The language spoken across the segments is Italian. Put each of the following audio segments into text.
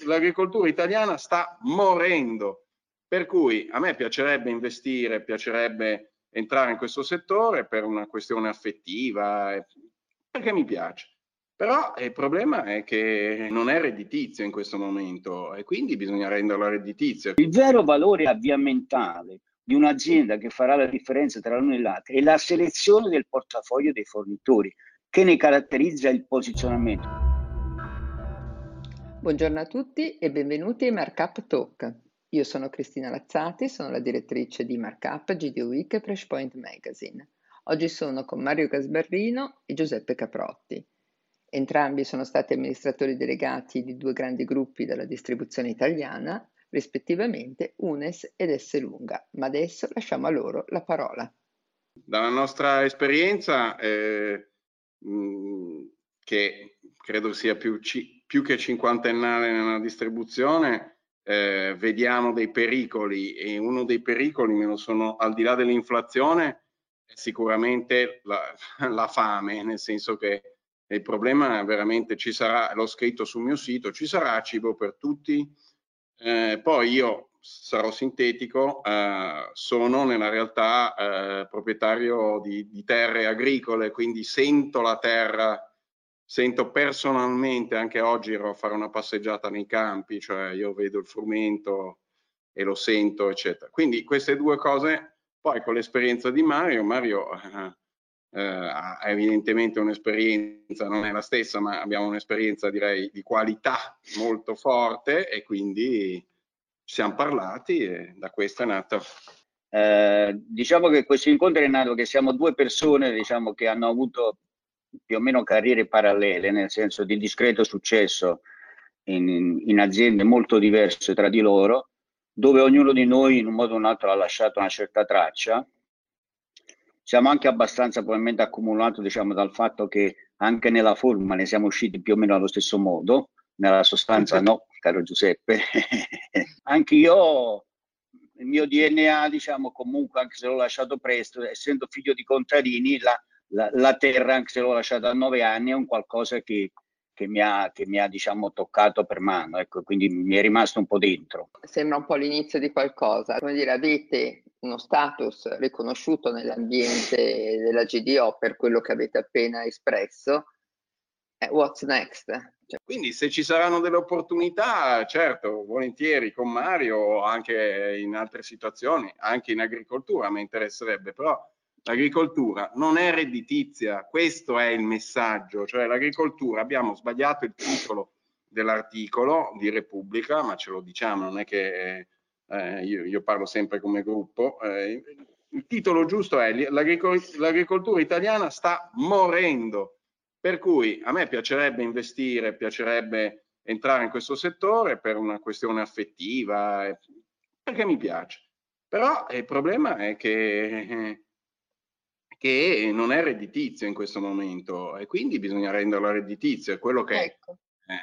l'agricoltura italiana sta morendo, per cui a me piacerebbe investire, piacerebbe entrare in questo settore per una questione affettiva, perché mi piace. Però il problema è che non è redditizio in questo momento e quindi bisogna renderlo redditizio. Il vero valore avviamentale di un'azienda che farà la differenza tra l'uno e l'altro è la selezione del portafoglio dei fornitori, che ne caratterizza il posizionamento. Buongiorno a tutti e benvenuti ai Markup Talk. Io sono Cristina Lazzati, sono la direttrice di Markup, GD Week e Freshpoint Magazine. Oggi sono con Mario Gasbarrino e Giuseppe Caprotti. Entrambi sono stati amministratori delegati di due grandi gruppi della distribuzione italiana, rispettivamente Unes ed Esselunga, ma adesso lasciamo a loro la parola. Dalla nostra esperienza, che credo sia più che cinquantennale nella distribuzione, vediamo dei pericoli, e uno dei pericoli, al di là dell'inflazione, è sicuramente la fame, nel senso che il problema veramente ci sarà, l'ho scritto sul mio sito, ci sarà cibo per tutti. Poi io sarò sintetico, sono nella realtà proprietario di terre agricole, quindi sento la terra, sento personalmente, anche oggi ero a fare una passeggiata nei campi, cioè io vedo il frumento e lo sento, eccetera. Quindi queste due cose, poi con l'esperienza di Mario ha evidentemente un'esperienza, non è la stessa, ma abbiamo un'esperienza, direi, di qualità molto forte, e quindi ci siamo parlati e da questo è nato. Diciamo che questo incontro è nato che siamo due persone, diciamo, che hanno avuto più o meno carriere parallele, nel senso di discreto successo in aziende molto diverse tra di loro, dove ognuno di noi in un modo o un altro ha lasciato una certa traccia. Siamo anche abbastanza probabilmente accumulato, diciamo, dal fatto che anche nella forma ne siamo usciti più o meno allo stesso modo, nella sostanza no, caro Giuseppe. Anche io, il mio DNA, diciamo, comunque, anche se l'ho lasciato presto, essendo figlio di contadini, la terra, anche se l'ho lasciata a 9 anni, è un qualcosa che mi ha, diciamo, toccato per mano, ecco, quindi mi è rimasto un po' dentro. Sembra un po' l'inizio di qualcosa, come dire, avete uno status riconosciuto nell'ambiente della GDO per quello che avete appena espresso. What's next? Quindi se ci saranno delle opportunità, certo, volentieri con Mario, anche in altre situazioni, anche in agricoltura mi interesserebbe, però l'agricoltura non è redditizia, questo è il messaggio, cioè l'agricoltura, abbiamo sbagliato il titolo dell'articolo di Repubblica, ma ce lo diciamo, non è che io parlo sempre come gruppo, il titolo giusto è l'agricoltura italiana sta morendo. Per cui a me piacerebbe investire, piacerebbe entrare in questo settore per una questione affettiva, perché mi piace. Però il problema è che non è redditizio in questo momento e quindi bisogna renderlo redditizio. È quello che Ecco.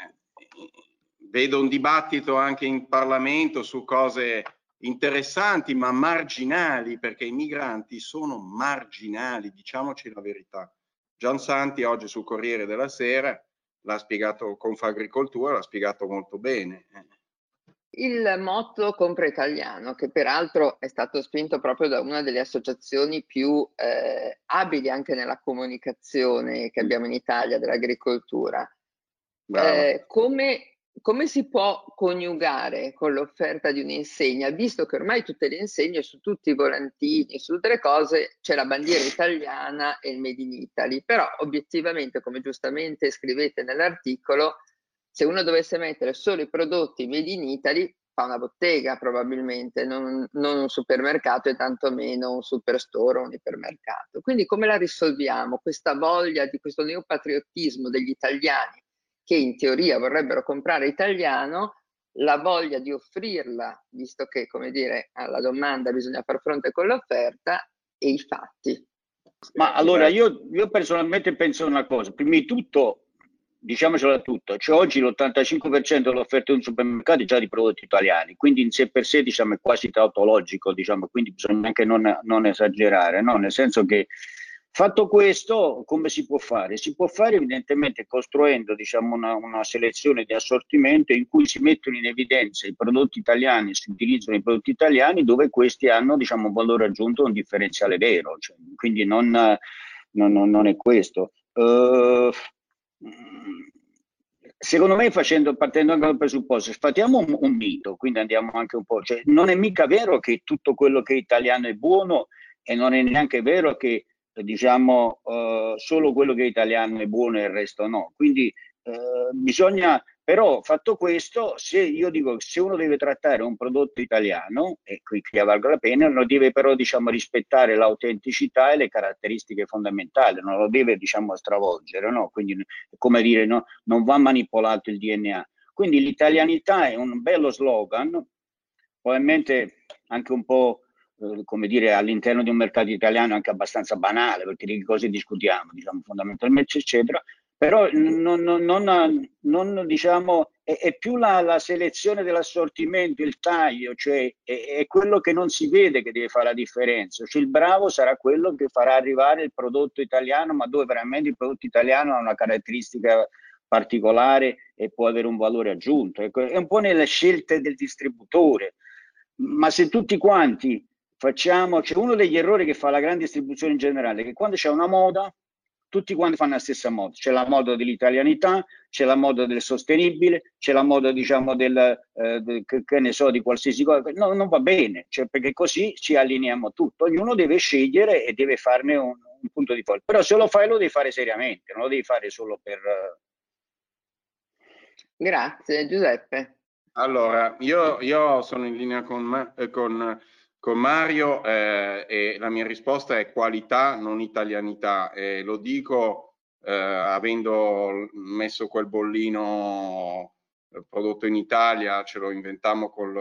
Vedo un dibattito anche in Parlamento su cose interessanti ma marginali, perché i migranti sono marginali, diciamoci la verità. Giansanti oggi sul Corriere della Sera l'ha spiegato, Confagricoltura l'ha spiegato molto bene. Il motto Compra Italiano, che peraltro è stato spinto proprio da una delle associazioni più abili anche nella comunicazione che abbiamo in Italia dell'agricoltura. Come si può coniugare con l'offerta di un'insegna, visto che ormai tutte le insegne, su tutti i volantini, su tutte le cose, c'è la bandiera italiana e il Made in Italy, però obiettivamente, come giustamente scrivete nell'articolo, se uno dovesse mettere solo i prodotti Made in Italy, fa una bottega probabilmente, non un supermercato e tantomeno un superstore o un ipermercato. Quindi come la risolviamo questa voglia di questo neopatriottismo degli italiani, che in teoria vorrebbero comprare italiano, la voglia di offrirla, visto che, come dire, alla domanda bisogna far fronte con l'offerta, e i fatti. Ma allora io personalmente penso una cosa, prima di tutto, diciamocelo tutto, cioè oggi l'85% dell'offerta di un supermercato è già di prodotti italiani, quindi in sé per sé, diciamo, è quasi tautologico, diciamo, quindi bisogna anche non esagerare, no? Nel senso che Fatto questo, come si può fare? Si può fare evidentemente costruendo, diciamo, una selezione di assortimento in cui si mettono in evidenza i prodotti italiani, si utilizzano i prodotti italiani dove questi hanno, diciamo, un valore aggiunto, un differenziale vero. Cioè, quindi non è questo. Secondo me, partendo anche dal presupposto, sfatiamo un mito, quindi andiamo anche un po', cioè, non è mica vero che tutto quello che è italiano è buono e non è neanche vero che diciamo solo quello che è italiano è buono e il resto no. Quindi bisogna, però fatto questo, se io dico che se uno deve trattare un prodotto italiano, e qui che valga la pena, lo deve però diciamo rispettare l'autenticità e le caratteristiche fondamentali, non lo deve diciamo stravolgere, no? Quindi come dire, no? Non va manipolato il DNA. Quindi l'italianità è un bello slogan, probabilmente anche un po' come dire, all'interno di un mercato italiano anche abbastanza banale, perché di che cose discutiamo, diciamo, fondamentalmente, eccetera, però non diciamo, è più la selezione dell'assortimento, il taglio, cioè è quello che non si vede che deve fare la differenza, cioè il bravo sarà quello che farà arrivare il prodotto italiano, ma dove veramente il prodotto italiano ha una caratteristica particolare e può avere un valore aggiunto. Ecco, è un po' nelle scelte del distributore, ma se tutti quanti facciamo, c'è uno degli errori che fa la grande distribuzione in generale, che quando c'è una moda, tutti quanti fanno la stessa moda. C'è la moda dell'italianità, c'è la moda del sostenibile, c'è la moda, diciamo, che ne so, di qualsiasi cosa. No, non va bene, cioè, perché così ci allineiamo tutto. Ognuno deve scegliere e deve farne un punto di forza. Però se lo fai, lo devi fare seriamente, non lo devi fare solo per... Grazie, Giuseppe. Allora, io sono in linea con Mario e la mia risposta è qualità, non italianità. Lo dico avendo messo quel bollino prodotto in Italia, ce lo inventammo con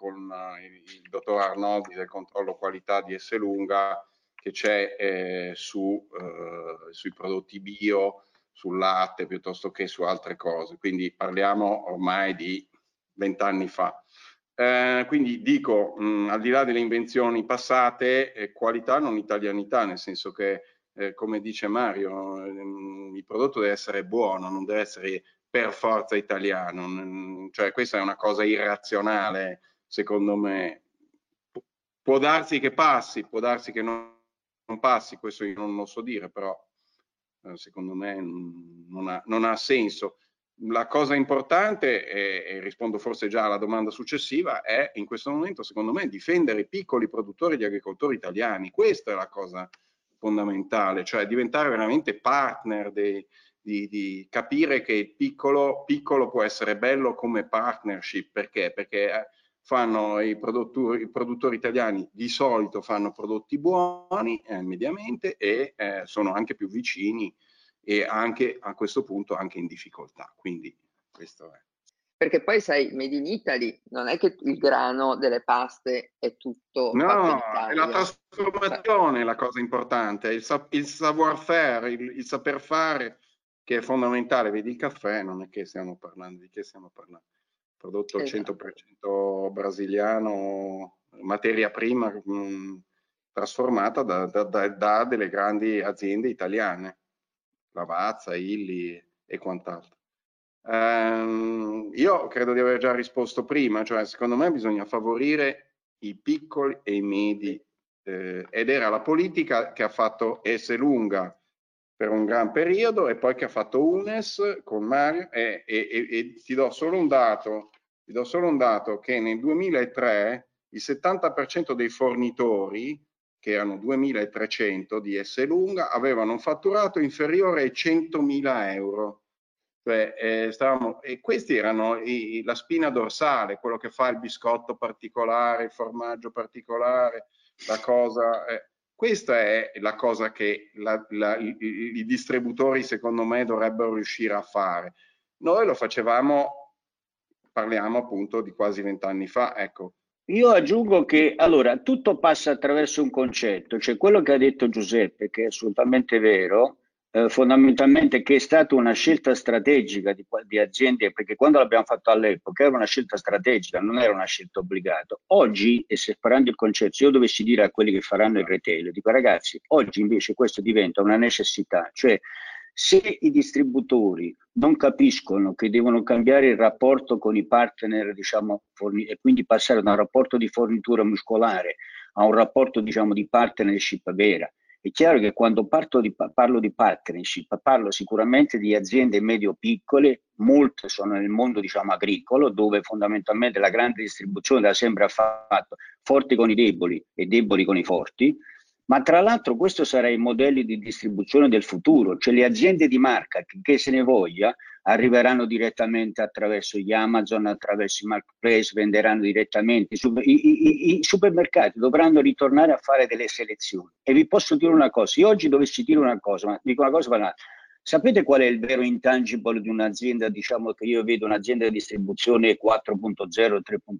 il dottor Arnoldi del controllo qualità di Esselunga, che c'è sui prodotti bio, sul latte piuttosto che su altre cose. Quindi parliamo ormai di 20 anni fa. Quindi dico, al di là delle invenzioni passate, qualità non italianità, nel senso che, come dice Mario, il prodotto deve essere buono, non deve essere per forza italiano, cioè questa è una cosa irrazionale, secondo me. Può darsi che passi, può darsi che non passi, questo io non lo so dire, però secondo me non ha senso. La cosa importante, e rispondo forse già alla domanda successiva, è in questo momento, secondo me, difendere i piccoli produttori di agricoltori italiani. Questa è la cosa fondamentale, cioè diventare veramente partner, di capire che il piccolo può essere bello come partnership. Perché? Perché fanno i produttori italiani di solito fanno prodotti buoni mediamente e sono anche più vicini e anche a questo punto anche in difficoltà. Quindi questo è. Perché poi sai, Made in Italy non è che il grano delle paste è tutto fatto in No, è la Italia. trasformazione la cosa importante, il savoir-faire, il saper fare che è fondamentale. Vedi il caffè, non è che stiamo parlando, di che stiamo parlando? Prodotto al 100% brasiliano, materia prima trasformata da delle grandi aziende italiane, Lavazza, Illy e quant'altro. Io credo di aver già risposto prima, cioè secondo me bisogna favorire i piccoli e i medi ed era la politica che ha fatto Esselunga per un gran periodo e poi che ha fatto UNES con Mario e ti do solo un dato, che nel 2003 il 70% dei fornitori, che erano 2300 di Esselunga, avevano un fatturato inferiore ai 100.000 euro. Cioè, e questi erano la spina dorsale, quello che fa il biscotto particolare, il formaggio particolare, la cosa. Questa è la cosa che i distributori, secondo me, dovrebbero riuscire a fare. Noi lo facevamo, parliamo appunto di quasi 20 anni fa, ecco. Io aggiungo che allora tutto passa attraverso un concetto, cioè quello che ha detto Giuseppe, che è assolutamente vero, fondamentalmente, che è stata una scelta strategica di aziende, perché quando l'abbiamo fatto all'epoca era una scelta strategica, non era una scelta obbligata. Oggi, e separando il concetto, se io dovessi dire a quelli che faranno il retail, dico ragazzi, oggi invece questo diventa una necessità, cioè se i distributori non capiscono che devono cambiare il rapporto con i partner, diciamo, e quindi passare da un rapporto di fornitura muscolare a un rapporto, diciamo, di partnership vera. È chiaro che quando parlo di partnership, parlo sicuramente di aziende medio-piccole, molte sono nel mondo, diciamo, agricolo, dove fondamentalmente la grande distribuzione da sempre ha fatto forti con i deboli e deboli con i forti. Ma tra l'altro questo sarà i modelli di distribuzione del futuro, cioè le aziende di marca, che se ne voglia, arriveranno direttamente attraverso gli Amazon, attraverso i marketplace, venderanno direttamente. I supermercati dovranno ritornare a fare delle selezioni. E vi posso dire una cosa, se oggi dovessi dire una cosa, ma dico una cosa banale, sapete qual è il vero intangible di un'azienda, diciamo che io vedo un'azienda di distribuzione 4.0, 3.0?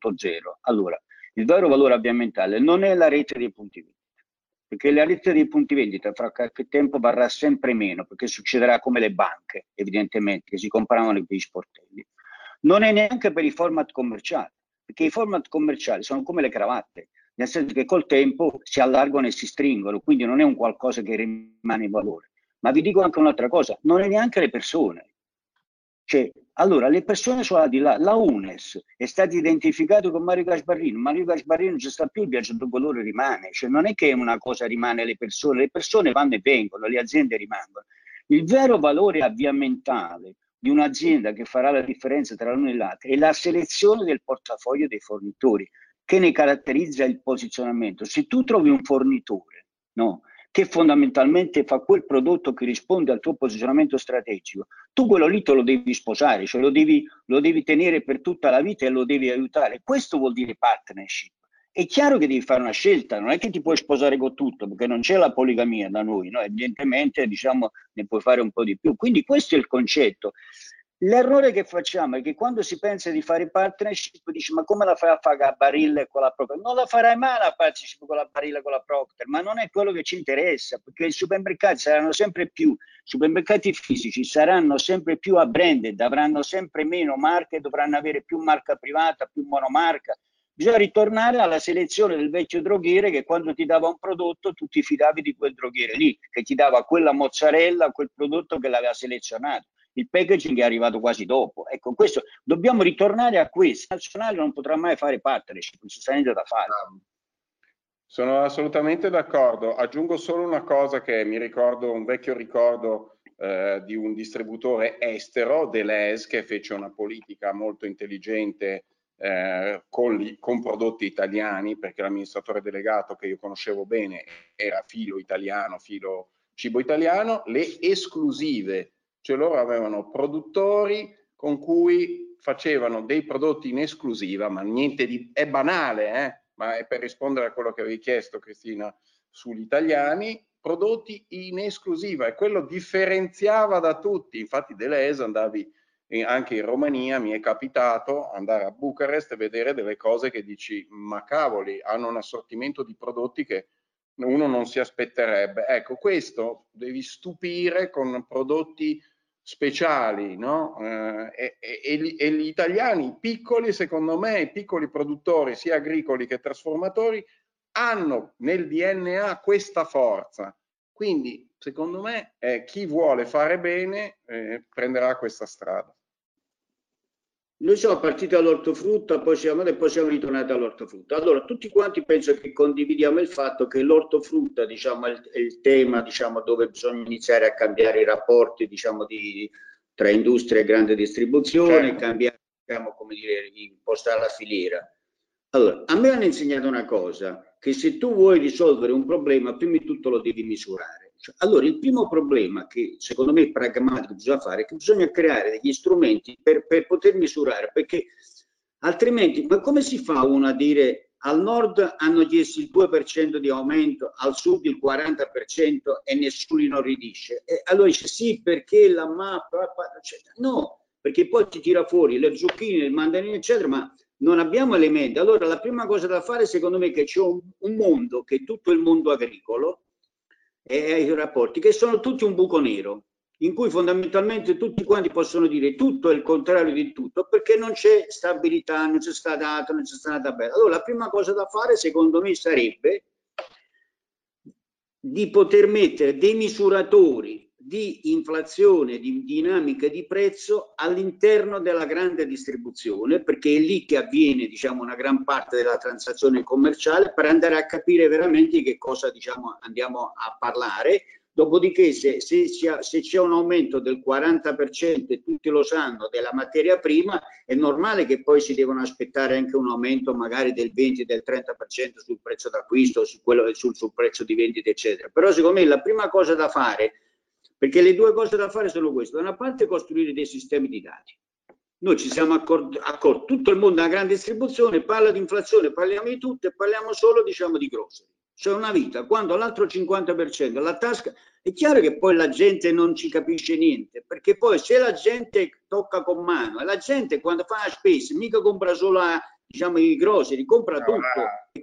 Allora, il vero valore ambientale non è la rete dei punti vendita, perché la rete dei punti vendita fra qualche tempo varrà sempre meno, perché succederà come le banche, evidentemente, che si compravano quegli sportelli. Non è neanche per i format commerciali, perché i format commerciali sono come le cravatte, nel senso che col tempo si allargano e si stringono, quindi non è un qualcosa che rimane in valore. Ma vi dico anche un'altra cosa, non è neanche le persone. Cioè, allora, le persone sono al di là. La UNES è stata identificata con Mario Gasparrino. Mario Gasparrino non c'è sta più, il viaggiatore colore rimane. Cioè, non è che una cosa rimane alle persone vanno e vengono, le aziende rimangono. Il vero valore avviamentale di un'azienda che farà la differenza tra l'uno e l'altro è la selezione del portafoglio dei fornitori, che ne caratterizza il posizionamento. Se tu trovi un fornitore, no, che fondamentalmente fa quel prodotto che risponde al tuo posizionamento strategico, tu quello lì te lo devi sposare, cioè lo devi tenere per tutta la vita e lo devi aiutare. Questo vuol dire partnership. È chiaro che devi fare una scelta, non è che ti puoi sposare con tutto, perché non c'è la poligamia da noi, no? Evidentemente, diciamo, ne puoi fare un po' di più. Quindi questo è il concetto. L'errore che facciamo è che quando si pensa di fare partnership dici ma come la fai a fare a Barilla con la Procter? Non la farai mai la partnership con la Barilla con la Procter, ma non è quello che ci interessa, perché i supermercati saranno sempre più, supermercati fisici saranno sempre più a branded, avranno sempre meno marche, dovranno avere più marca privata, più monomarca. Bisogna ritornare alla selezione del vecchio droghiere che quando ti dava un prodotto tu ti fidavi di quel droghiere lì, che ti dava quella mozzarella, quel prodotto che l'aveva selezionato. Il packaging è arrivato quasi dopo. Ecco, questo dobbiamo ritornare a questo. Il nazionale non potrà mai fare partnership, non c'è niente da fare. Sono assolutamente d'accordo. Aggiungo solo una cosa che mi ricordo, un vecchio ricordo di un distributore estero, Deleuze, che fece una politica molto intelligente con prodotti italiani, perché l'amministratore delegato che io conoscevo bene era filo italiano, filo cibo italiano, le esclusive. Cioè loro avevano produttori con cui facevano dei prodotti in esclusiva, ma niente di... è banale, ma è per rispondere a quello che avevi chiesto, Cristina, sugli italiani, prodotti in esclusiva, e quello differenziava da tutti. Infatti Deleuze, andavi anche in Romania, mi è capitato andare a Bucarest e vedere delle cose che dici, ma cavoli, hanno un assortimento di prodotti che uno non si aspetterebbe. Ecco, questo devi stupire con prodotti speciali, no? E gli italiani piccoli, secondo me, i piccoli produttori, sia agricoli che trasformatori, hanno nel DNA questa forza. Quindi, secondo me, chi vuole fare bene prenderà questa strada. Noi siamo partiti dall'ortofrutta, poi siamo ritornati all'ortofrutta. Allora, tutti quanti penso che condividiamo il fatto che l'ortofrutta, diciamo, è il tema, diciamo, dove bisogna iniziare a cambiare i rapporti, diciamo, tra industria e grande distribuzione, certo. Cambiare, diciamo, come dire, impostare la filiera. Allora, a me hanno insegnato una cosa, che se tu vuoi risolvere un problema, prima di tutto lo devi misurare. Allora, il primo problema che secondo me è pragmatico bisogna fare è che bisogna creare degli strumenti per poter misurare, perché altrimenti, ma come si fa uno a dire al nord hanno chiesto il 2% di aumento, al sud il 40% e nessuno inorridisce? E allora dice sì, perché la mappa, eccetera. No, perché poi ti tira fuori le zucchine, il mandarino, eccetera, ma non abbiamo elementi. Allora, la prima cosa da fare, secondo me, è che c'è un mondo, che è tutto il mondo agricolo, e i rapporti che sono tutti un buco nero, in cui fondamentalmente tutti quanti possono dire tutto e il contrario di tutto, perché non c'è stabilità, non c'è sta data, non c'è sta una tabella. Allora la prima cosa da fare secondo me sarebbe di poter mettere dei misuratori di inflazione, di dinamica di prezzo all'interno della grande distribuzione, perché è lì che avviene, diciamo, una gran parte della transazione commerciale, per andare a capire veramente che cosa, diciamo, andiamo a parlare. Dopodiché se c'è un aumento del 40%, e tutti lo sanno, della materia prima, è normale che poi si devono aspettare anche un aumento magari del 20, del 30% sul prezzo d'acquisto, sul prezzo di vendita, eccetera. Però secondo me la prima cosa da fare, perché le due cose da fare sono queste: da una parte costruire dei sistemi di dati. Noi ci siamo accorti, tutto il mondo ha una grande distribuzione, parla di inflazione, parliamo di tutto e parliamo solo, diciamo, di grocery. C'è una vita, quando l'altro 50% la tasca, è chiaro che poi la gente non ci capisce niente, perché poi se la gente tocca con mano, e la gente quando fa la spesa mica compra solo diciamo, i grocery, compra tutto,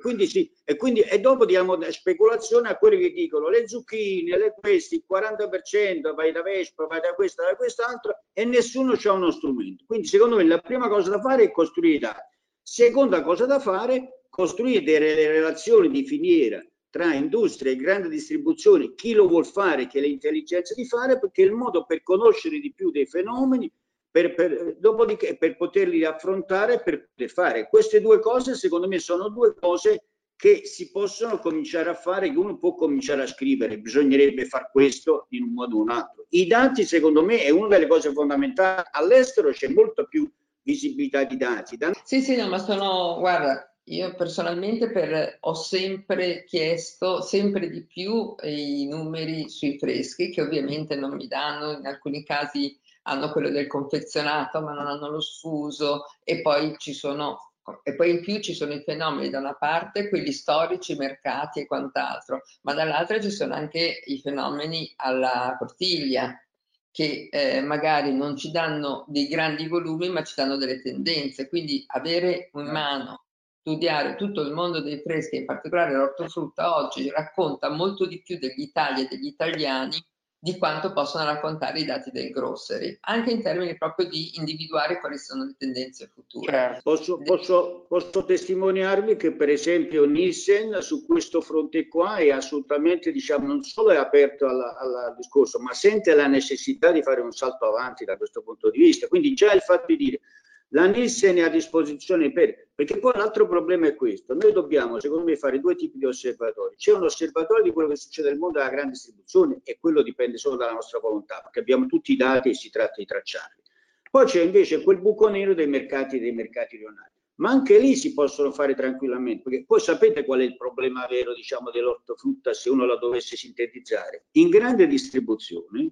e dopo diamo speculazione a quelli che dicono le zucchine, questi, il 40%, vai da Vespa, vai da questa, da quest'altro, e nessuno c'ha uno strumento. Quindi secondo me la prima cosa da fare è costruire i dati. Seconda cosa da fare, costruire delle relazioni di filiera tra industria e grande distribuzione, chi lo vuol fare, che ha l'intelligenza di fare, perché è il modo per conoscere di più dei fenomeni, dopodiché per poterli affrontare, per poter fare. Queste due cose secondo me sono due cose che si possono cominciare a fare, che uno può cominciare a scrivere, bisognerebbe fare questo in un modo o un altro. I dati secondo me è una delle cose fondamentali, all'estero c'è molto più visibilità di dati. Sì, no, ma guarda, io personalmente ho sempre chiesto sempre di più i numeri sui freschi, che ovviamente non mi danno, in alcuni casi hanno quello del confezionato, ma non hanno lo sfuso, e poi in più ci sono i fenomeni da una parte, quelli storici, mercati e quant'altro, ma dall'altra ci sono anche i fenomeni alla bottiglia, che magari non ci danno dei grandi volumi, ma ci danno delle tendenze. Quindi avere in mano, studiare tutto il mondo dei freschi, in particolare l'ortofrutta, oggi racconta molto di più dell'Italia e degli italiani di quanto possono raccontare i dati del grocery, anche in termini proprio di individuare quali sono le tendenze future. Posso testimoniarvi che per esempio Nielsen su questo fronte qua è assolutamente, diciamo, non solo è aperto al discorso, ma sente la necessità di fare un salto avanti da questo punto di vista. Quindi già il fatto di dire la Nielsen è a disposizione perché poi l'altro problema è questo: noi dobbiamo secondo me fare due tipi di osservatori. C'è un osservatorio di quello che succede nel mondo della grande distribuzione, e quello dipende solo dalla nostra volontà, perché abbiamo tutti i dati e si tratta di tracciarli. Poi c'è invece quel buco nero dei mercati rionali, ma anche lì si possono fare tranquillamente, perché poi sapete qual è il problema vero, diciamo, dell'ortofrutta, se uno la dovesse sintetizzare? In grande distribuzione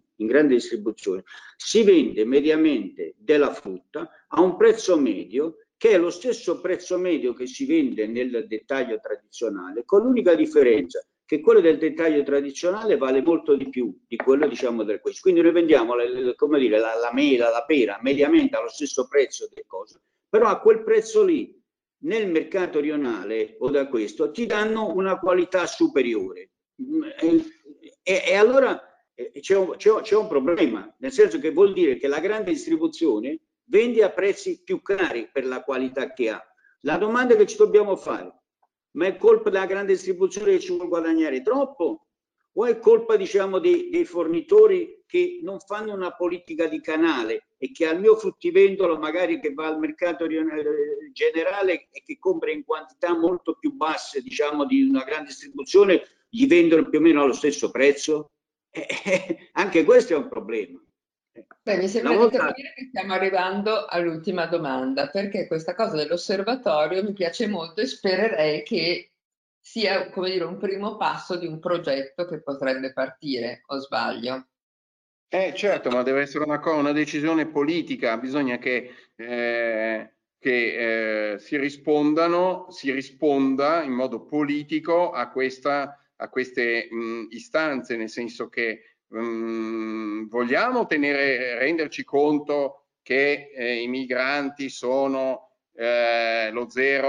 si vende mediamente della frutta a un prezzo medio che è lo stesso prezzo medio che si vende nel dettaglio tradizionale, con l'unica differenza che quello del dettaglio tradizionale vale molto di più di quello, diciamo, del questo. Quindi noi vendiamo come dire, la mela, la pera mediamente allo stesso prezzo del coso, però a quel prezzo lì nel mercato rionale o da questo ti danno una qualità superiore, e allora c'è un problema, nel senso che vuol dire che la grande distribuzione vende a prezzi più cari per la qualità che ha. La domanda che ci dobbiamo fare: ma è colpa della grande distribuzione che ci vuole guadagnare troppo, o è colpa, diciamo, dei fornitori che non fanno una politica di canale e che al mio fruttivendolo, magari che va al mercato generale e che compra in quantità molto più basse, diciamo, di una grande distribuzione, gli vendono più o meno allo stesso prezzo? Anche questo è un problema. Beh, mi sembra di capire che stiamo arrivando all'ultima domanda, perché questa cosa dell'osservatorio mi piace molto e spererei che sia, come dire, un primo passo di un progetto che potrebbe partire, o sbaglio? Certo, ma deve essere una decisione politica, bisogna che si risponda in modo politico a queste istanze, nel senso che vogliamo renderci conto che i migranti sono lo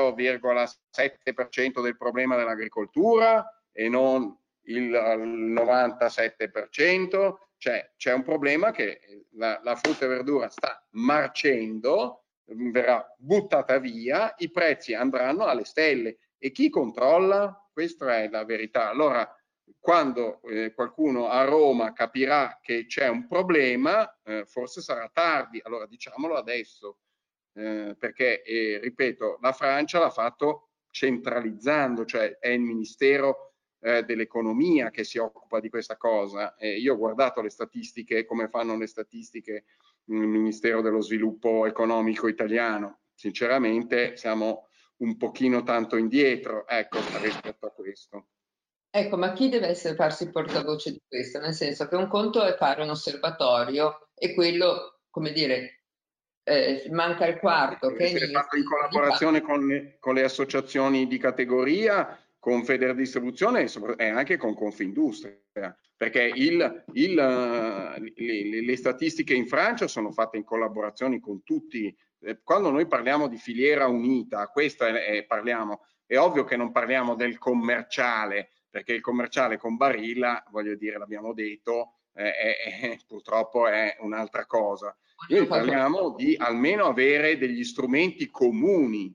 0,7% del problema dell'agricoltura e non il 97%. Cioè c'è un problema che la frutta e verdura sta marcendo, verrà buttata via, i prezzi andranno alle stelle e chi controlla? Questa è la verità. Allora, quando qualcuno a Roma capirà che c'è un problema, forse sarà tardi, allora diciamolo adesso, perché, ripeto, la Francia l'ha fatto centralizzando, cioè è il Ministero dell'Economia che si occupa di questa cosa. Io ho guardato le statistiche, come fanno le statistiche il Ministero dello Sviluppo Economico italiano, sinceramente siamo un pochino tanto indietro, ecco, rispetto a questo. Ecco, ma chi deve farsi portavoce di questo? Nel senso che un conto è fare un osservatorio e quello, come dire, manca il quarto. Deve essere fatto in collaborazione con le associazioni di categoria, con Federdistribuzione e anche con Confindustria, perché le statistiche in Francia sono fatte in collaborazione con tutti. Quando noi parliamo di filiera unita, parliamo, è ovvio che non parliamo del commerciale, perché il commerciale con Barilla, voglio dire, l'abbiamo detto, purtroppo è un'altra cosa. Noi parliamo di almeno avere degli strumenti comuni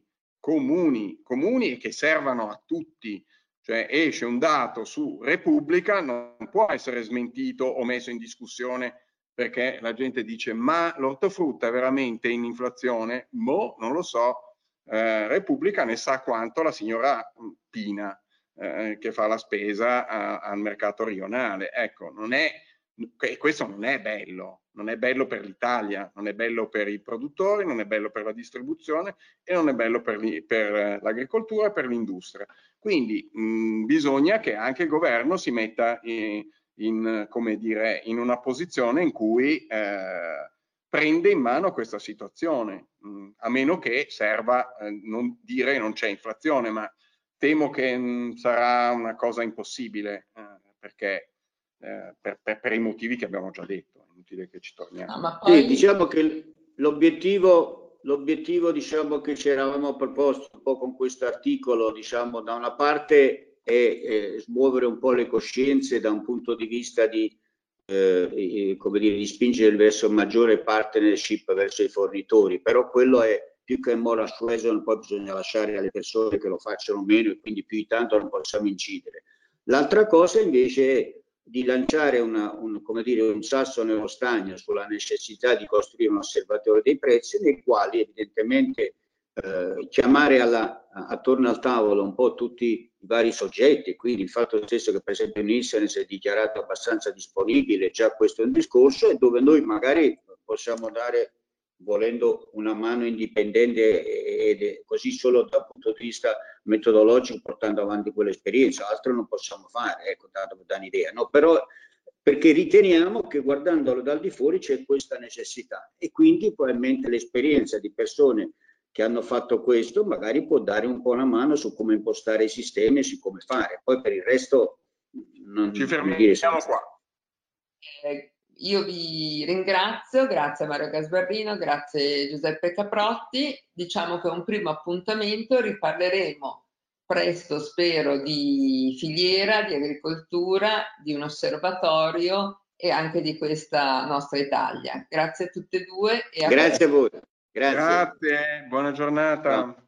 e che servano a tutti. Cioè esce un dato su Repubblica, non può essere smentito o messo in discussione perché la gente dice ma l'ortofrutta è veramente in inflazione? Boh, non lo so. Repubblica ne sa quanto la signora Pina che fa la spesa al mercato rionale. Ecco, questo non è bello per l'Italia, non è bello per i produttori, non è bello per la distribuzione e non è bello per l'agricoltura e per l'industria. Quindi bisogna che anche il governo si metta come dire, in una posizione in cui prende in mano questa situazione, a meno che serva non dire non c'è inflazione, ma temo che sarà una cosa impossibile perché per i motivi che abbiamo già detto, è inutile che ci torniamo. No, ma poi... Sì, diciamo che l'obiettivo diciamo che ci eravamo proposto un po' con questo articolo, diciamo da una parte è smuovere un po' le coscienze da un punto di vista di come dire, di spingere verso maggiore partnership verso i fornitori, però quello è più che moral suasion, poi bisogna lasciare alle persone che lo facciano meno e quindi più di tanto non possiamo incidere. L'altra cosa invece è di lanciare come dire, un sasso nello stagno sulla necessità di costruire un osservatorio dei prezzi nei quali evidentemente chiamare attorno al tavolo un po' tutti i vari soggetti, quindi il fatto stesso che per esempio Nielsen si è dichiarato abbastanza disponibile, già questo è un discorso, e dove noi magari possiamo dare, volendo, una mano indipendente ed così solo dal punto di vista metodologico, portando avanti quell'esperienza, altro non possiamo fare, ecco, tanto per dare un'idea, no? Però perché riteniamo che guardandolo dal di fuori c'è questa necessità e quindi probabilmente l'esperienza di persone che hanno fatto questo magari può dare un po' una mano su come impostare i sistemi e su come fare. Poi per il resto non ci fermiamo qua. Io vi ringrazio, grazie a Mario Gasbarrino, grazie Giuseppe Caprotti. Diciamo che è un primo appuntamento, riparleremo presto, spero, di filiera, di agricoltura, di un osservatorio e anche di questa nostra Italia. Grazie a tutte e due. E grazie a voi. Grazie, buona giornata. No.